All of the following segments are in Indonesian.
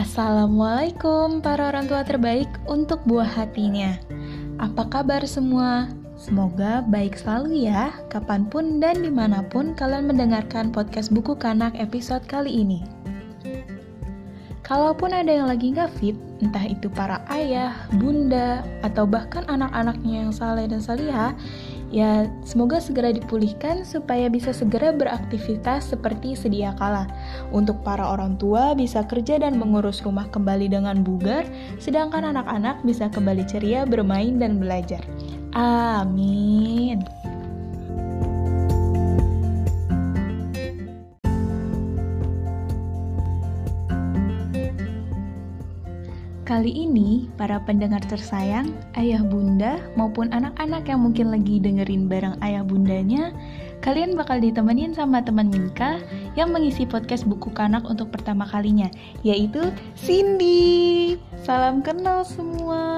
Assalamualaikum para orang tua terbaik untuk buah hatinya. Apa kabar semua? Semoga baik selalu ya, kapanpun dan dimanapun kalian mendengarkan podcast Buku Kanak episode kali ini. Kalaupun ada yang lagi gak fit, entah itu para ayah, bunda, atau bahkan anak-anaknya yang saleh dan salihah, ya semoga segera dipulihkan supaya bisa segera beraktivitas seperti sedia kala. Untuk para orang tua bisa kerja dan mengurus rumah kembali dengan bugar, sedangkan anak-anak bisa kembali ceria bermain dan belajar. Amin. Kali ini, para pendengar tersayang, ayah bunda maupun anak-anak yang mungkin lagi dengerin bareng ayah bundanya, kalian bakal ditemenin sama teman Minka yang mengisi podcast Buku Kanak untuk pertama kalinya, yaitu Cindy. Salam kenal semua.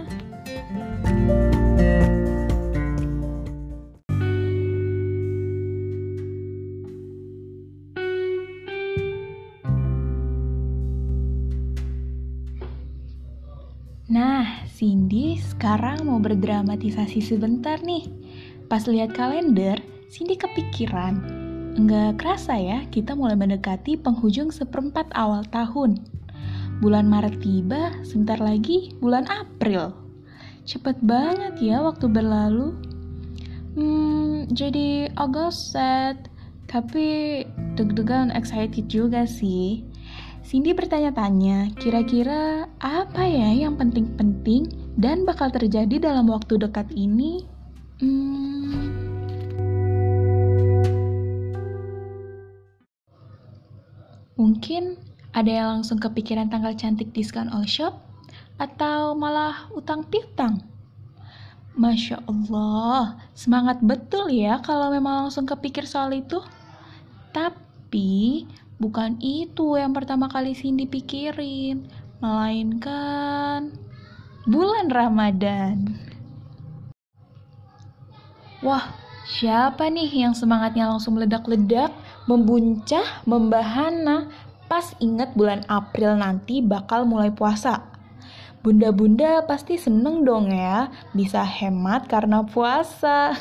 Nah, Cindy sekarang mau berdramatisasi sebentar nih. Pas lihat kalender, Cindy kepikiran. Nggak kerasa ya, kita mulai mendekati penghujung seperempat awal tahun. Bulan Maret tiba, sebentar lagi bulan April. Cepet banget ya waktu berlalu. Jadi agak sad, tapi deg-degan excited juga sih. Cindy bertanya-tanya, kira-kira apa ya yang penting-penting dan bakal terjadi dalam waktu dekat ini? Mungkin ada yang langsung kepikiran tanggal cantik diskon all shop, atau malah utang piutang. Masya Allah, semangat betul ya kalau memang langsung kepikir soal itu. Tapi bukan itu yang pertama kali Cindy pikirin, melainkan bulan Ramadan. Wah, siapa nih yang semangatnya langsung meledak-ledak, membuncah, membahana, pas inget bulan April nanti bakal mulai puasa. Bunda-bunda pasti seneng dong ya, bisa hemat karena puasa.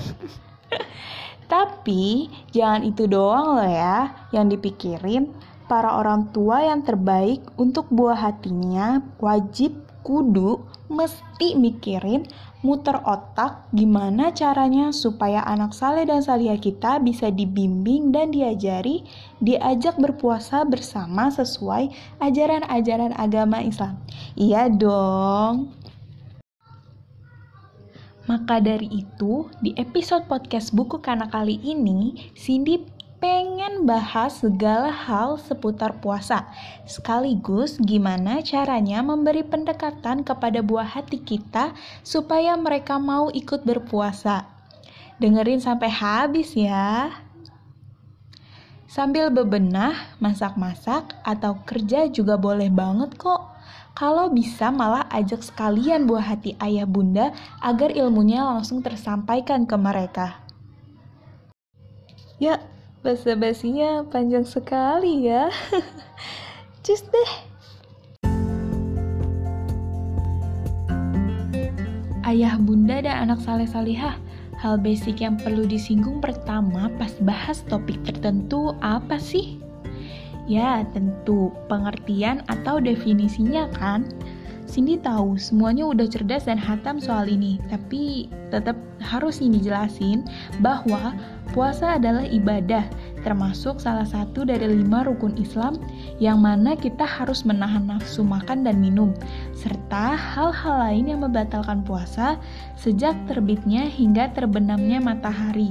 Tapi jangan itu doang loh ya yang dipikirin. Para orang tua yang terbaik untuk buah hatinya wajib kudu mesti mikirin, muter otak gimana caranya supaya anak saleh dan salihah kita bisa dibimbing dan diajak berpuasa bersama sesuai ajaran-ajaran agama Islam. Iya dong. Maka dari itu, di episode podcast Buku Kanak kali ini, Cindy pengen bahas segala hal seputar puasa, sekaligus gimana caranya memberi pendekatan kepada buah hati kita supaya mereka mau ikut berpuasa. Dengerin sampai habis ya. Sambil bebenah, masak-masak, atau kerja juga boleh banget kok. Kalau bisa malah ajak sekalian buah hati ayah bunda agar ilmunya langsung tersampaikan ke mereka. Ya, basa-basinya panjang sekali ya. Cus deh. Ayah bunda dan anak saleh salihah, hal basic yang perlu disinggung pertama pas bahas topik tertentu apa sih? Ya, tentu pengertian atau definisinya kan. Cindy tahu semuanya udah cerdas dan hatam soal ini, tapi tetap harus ini dijelasin bahwa puasa adalah ibadah, termasuk salah satu dari 5 rukun Islam yang mana kita harus menahan nafsu makan dan minum, serta hal-hal lain yang membatalkan puasa sejak terbitnya hingga terbenamnya matahari.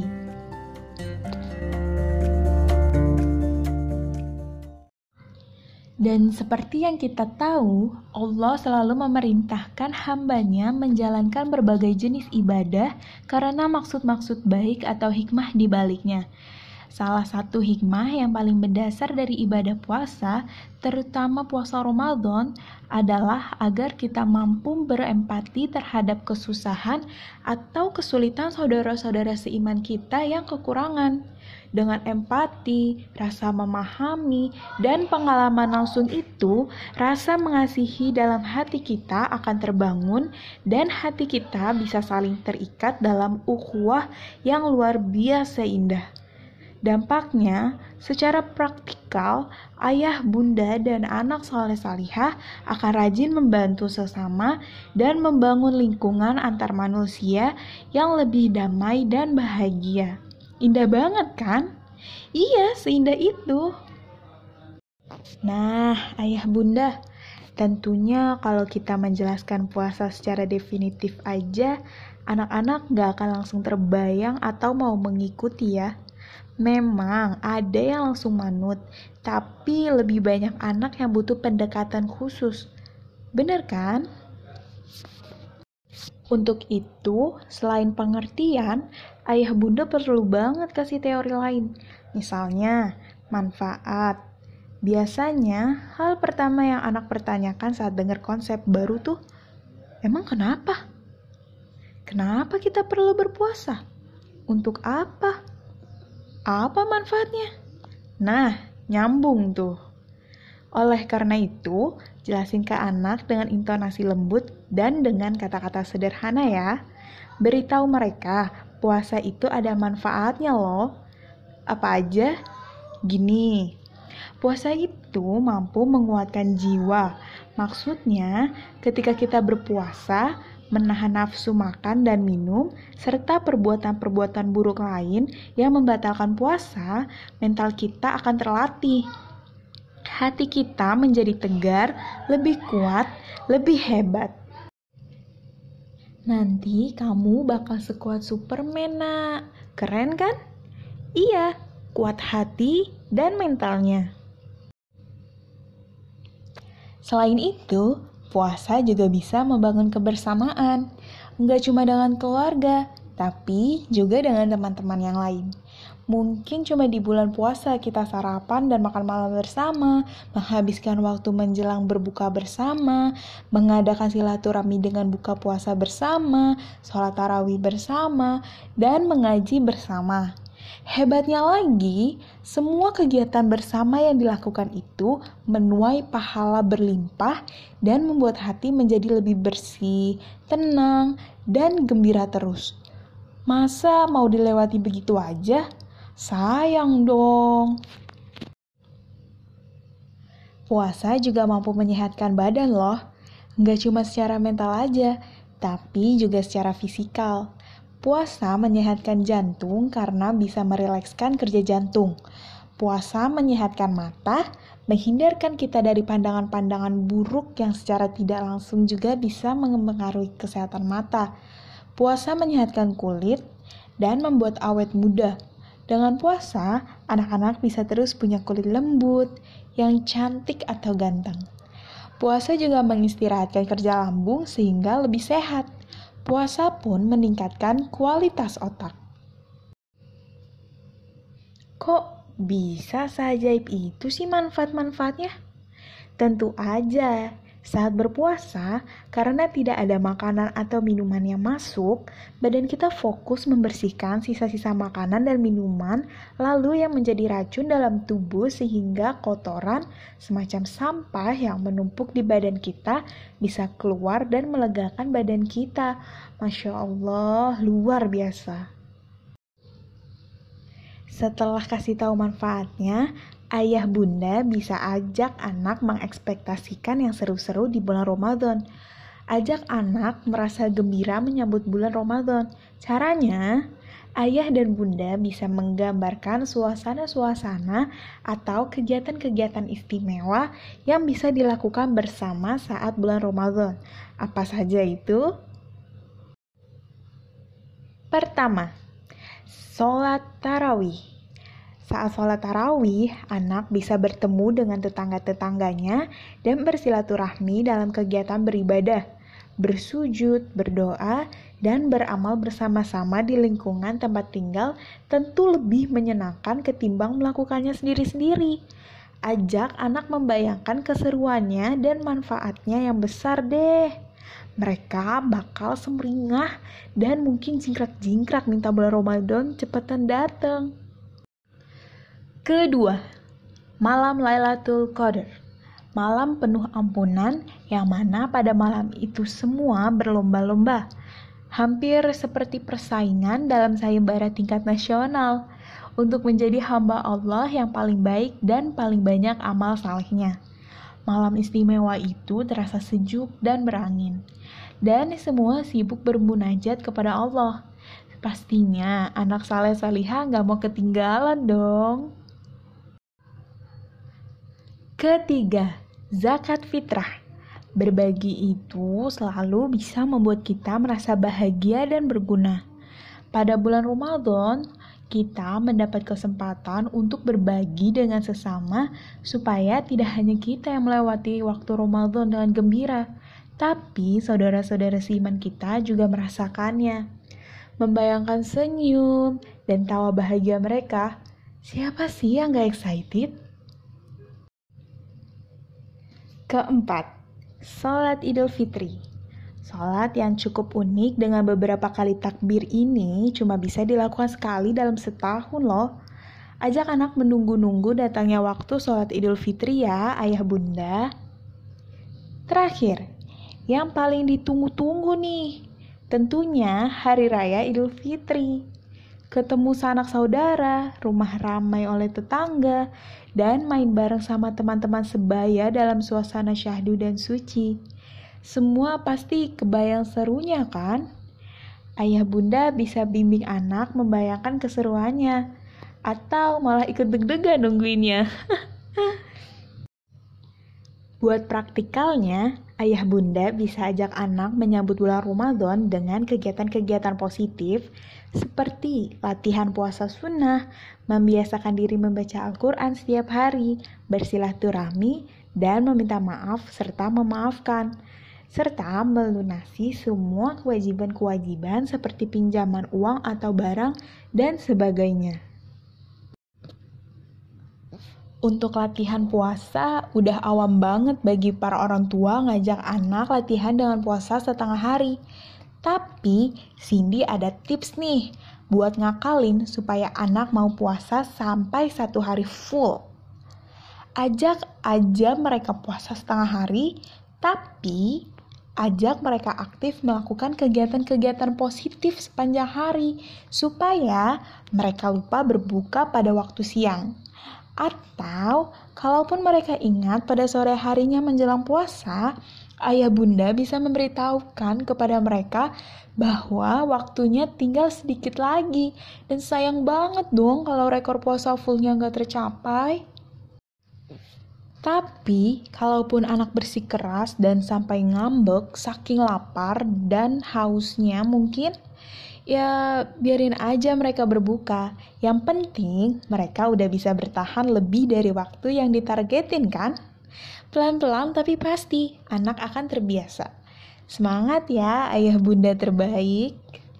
Dan seperti yang kita tahu, Allah selalu memerintahkan hambanya menjalankan berbagai jenis ibadah karena maksud-maksud baik atau hikmah di baliknya. Salah satu hikmah yang paling mendasar dari ibadah puasa, terutama puasa Ramadan, adalah agar kita mampu berempati terhadap kesusahan atau kesulitan saudara-saudara seiman kita yang kekurangan. Dengan empati, rasa memahami, dan pengalaman langsung itu, rasa mengasihi dalam hati kita akan terbangun dan hati kita bisa saling terikat dalam ukhuwah yang luar biasa indah. Dampaknya, secara praktikal, ayah, bunda, dan anak saleh salihah akan rajin membantu sesama dan membangun lingkungan antar manusia yang lebih damai dan bahagia. Indah banget kan? Iya, seindah itu. Nah, ayah bunda, tentunya kalau kita menjelaskan puasa secara definitif aja, anak-anak gak akan langsung terbayang atau mau mengikuti ya. Memang ada yang langsung manut, tapi lebih banyak anak yang butuh pendekatan khusus. Bener kan? Untuk itu, selain pengertian, ayah bunda perlu banget kasih teori lain. Misalnya, manfaat. Biasanya, hal pertama yang anak pertanyakan saat dengar konsep baru tuh, emang kenapa? Kenapa kita perlu berpuasa? Untuk apa? Apa manfaatnya? Nah, nyambung tuh. Oleh karena itu, jelasin ke anak dengan intonasi lembut dan dengan kata-kata sederhana ya. Beritahu mereka, puasa itu ada manfaatnya loh. Apa aja? Gini, puasa itu mampu menguatkan jiwa. Maksudnya, ketika kita berpuasa, menahan nafsu makan dan minum, serta perbuatan-perbuatan buruk lain yang membatalkan puasa, mental kita akan terlatih. Hati kita menjadi tegar, lebih kuat, lebih hebat. Nanti kamu bakal sekuat Superman, nak. Keren kan? Iya, kuat hati dan mentalnya. Selain itu, puasa juga bisa membangun kebersamaan. Nggak cuma dengan keluarga, tapi juga dengan teman-teman yang lain. Mungkin cuma di bulan puasa kita sarapan dan makan malam bersama, menghabiskan waktu menjelang berbuka bersama, mengadakan silaturahmi dengan buka puasa bersama, sholat tarawih bersama, dan mengaji bersama. Hebatnya lagi, semua kegiatan bersama yang dilakukan itu menuai pahala berlimpah dan membuat hati menjadi lebih bersih, tenang, dan gembira terus. Masa mau dilewati begitu aja? Sayang dong. Puasa juga mampu menyehatkan badan loh. Nggak cuma secara mental aja, tapi juga secara fisikal. Puasa menyehatkan jantung karena bisa merilekskan kerja jantung. Puasa menyehatkan mata, menghindarkan kita dari pandangan-pandangan buruk yang secara tidak langsung juga bisa mempengaruhi kesehatan mata. Puasa menyehatkan kulit dan membuat awet muda. Dengan puasa, anak-anak bisa terus punya kulit lembut, yang cantik atau ganteng. Puasa juga mengistirahatkan kerja lambung sehingga lebih sehat. Puasa pun meningkatkan kualitas otak. Kok bisa seajaib itu sih manfaat-manfaatnya? Tentu aja, saat berpuasa, karena tidak ada makanan atau minuman yang masuk, badan kita fokus membersihkan sisa-sisa makanan dan minuman, lalu yang menjadi racun dalam tubuh sehingga kotoran semacam sampah yang menumpuk di badan kita bisa keluar dan melegakan badan kita. Masya Allah, luar biasa. Setelah kasih tahu manfaatnya, ayah bunda bisa ajak anak mengekspektasikan yang seru-seru di bulan Ramadan. Ajak anak merasa gembira menyambut bulan Ramadan. Caranya, ayah dan bunda bisa menggambarkan suasana-suasana atau kegiatan-kegiatan istimewa yang bisa dilakukan bersama saat bulan Ramadan. Apa saja itu? Pertama, sholat tarawih. Saat sholat tarawih, anak bisa bertemu dengan tetangga-tetangganya dan bersilaturahmi dalam kegiatan beribadah, bersujud, berdoa, dan beramal bersama-sama di lingkungan tempat tinggal tentu lebih menyenangkan ketimbang melakukannya sendiri-sendiri. Ajak anak membayangkan keseruannya dan manfaatnya yang besar deh. Mereka bakal sumringah dan mungkin jingkrak-jingkrak minta bulan Ramadan cepetan datang. Kedua, malam Lailatul Qadar. Malam penuh ampunan yang mana pada malam itu semua berlomba-lomba. Hampir seperti persaingan dalam sayembara tingkat nasional untuk menjadi hamba Allah yang paling baik dan paling banyak amal salehnya. Malam istimewa itu terasa sejuk dan berangin. Dan semua sibuk bermunajat kepada Allah. Pastinya anak saleh salihah gak mau ketinggalan dong. Ketiga, zakat fitrah. Berbagi itu selalu bisa membuat kita merasa bahagia dan berguna. Pada bulan Ramadan, kita mendapat kesempatan untuk berbagi dengan sesama supaya tidak hanya kita yang melewati waktu Ramadan dengan gembira, tapi saudara-saudara seiman kita juga merasakannya. Membayangkan senyum dan tawa bahagia mereka, siapa sih yang gak excited? Keempat, sholat Idul Fitri. Sholat yang cukup unik dengan beberapa kali takbir ini cuma bisa dilakukan sekali dalam setahun loh. Ajak anak menunggu-nunggu datangnya waktu sholat Idul Fitri ya ayah bunda. Terakhir, yang paling ditunggu-tunggu nih, tentunya Hari Raya Idul Fitri. Ketemu sanak saudara, rumah ramai oleh tetangga, dan main bareng sama teman-teman sebaya dalam suasana syahdu dan suci. Semua pasti kebayang serunya kan? Ayah bunda bisa bimbing anak membayangkan keseruannya, atau malah ikut deg-degan nungguinnya. Buat praktikalnya, ayah bunda bisa ajak anak menyambut bulan Ramadan dengan kegiatan-kegiatan positif seperti latihan puasa sunnah, membiasakan diri membaca Al-Quran setiap hari, bersilaturahmi, dan meminta maaf serta memaafkan, serta melunasi semua kewajiban-kewajiban seperti pinjaman uang atau barang dan sebagainya. Untuk latihan puasa, udah awam banget bagi para orang tua ngajak anak latihan dengan puasa setengah hari. Tapi, Cindy ada tips nih buat ngakalin supaya anak mau puasa sampai 1 hari full. Ajak aja mereka puasa setengah hari, tapi ajak mereka aktif melakukan kegiatan-kegiatan positif sepanjang hari supaya mereka lupa berbuka pada waktu siang. Atau, kalaupun mereka ingat pada sore harinya menjelang puasa, ayah bunda bisa memberitahukan kepada mereka bahwa waktunya tinggal sedikit lagi. Dan sayang banget dong kalau rekor puasa fullnya nggak tercapai. Tapi, kalaupun anak bersikeras dan sampai ngambek saking lapar dan hausnya mungkin, ya biarin aja mereka berbuka. Yang penting mereka udah bisa bertahan lebih dari waktu yang ditargetin kan? Pelan-pelan tapi pasti anak akan terbiasa. Semangat ya ayah bunda terbaik.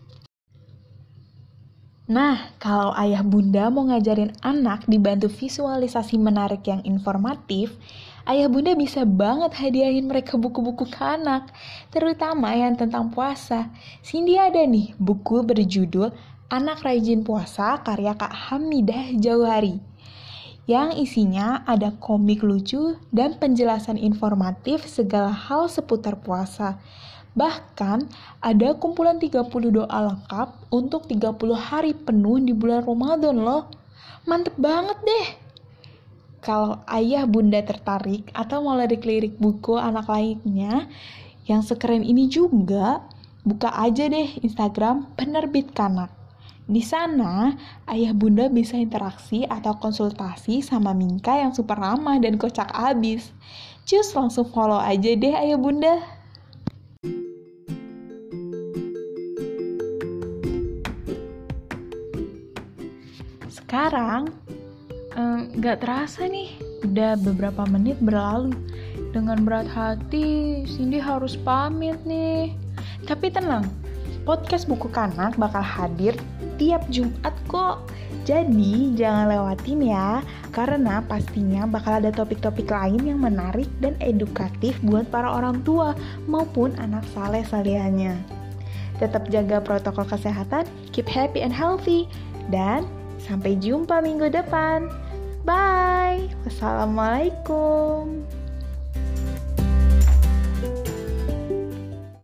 Nah, kalau ayah bunda mau ngajarin anak dibantu visualisasi menarik yang informatif, ayah bunda bisa banget hadiahin mereka buku-buku ke anak, terutama yang tentang puasa. Cindy ada nih buku berjudul Anak Rajin Puasa karya Kak Hamidah Jauhari, yang isinya ada komik lucu dan penjelasan informatif segala hal seputar puasa. Bahkan ada kumpulan 30 doa lengkap untuk 30 hari penuh di bulan Ramadan loh. Mantep banget deh. Kalau ayah bunda tertarik atau mau lirik-lirik buku anak lainnya yang sekeren ini juga, buka aja deh Instagram Penerbit Kanak. Di sana, ayah bunda bisa interaksi atau konsultasi sama Minka yang super ramah dan kocak abis. Cus, langsung follow aja deh ayah bunda. Sekarang, gak terasa nih, udah beberapa menit berlalu. Dengan berat hati, Cindy harus pamit nih. Tapi tenang, podcast Buku Kanak bakal hadir tiap Jumat kok. Jadi jangan lewatin ya, karena pastinya bakal ada topik-topik lain yang menarik dan edukatif buat para orang tua maupun anak saleh salihahnya. Tetap jaga protokol kesehatan, keep happy and healthy, dan sampai jumpa minggu depan. Bye. Wassalamualaikum.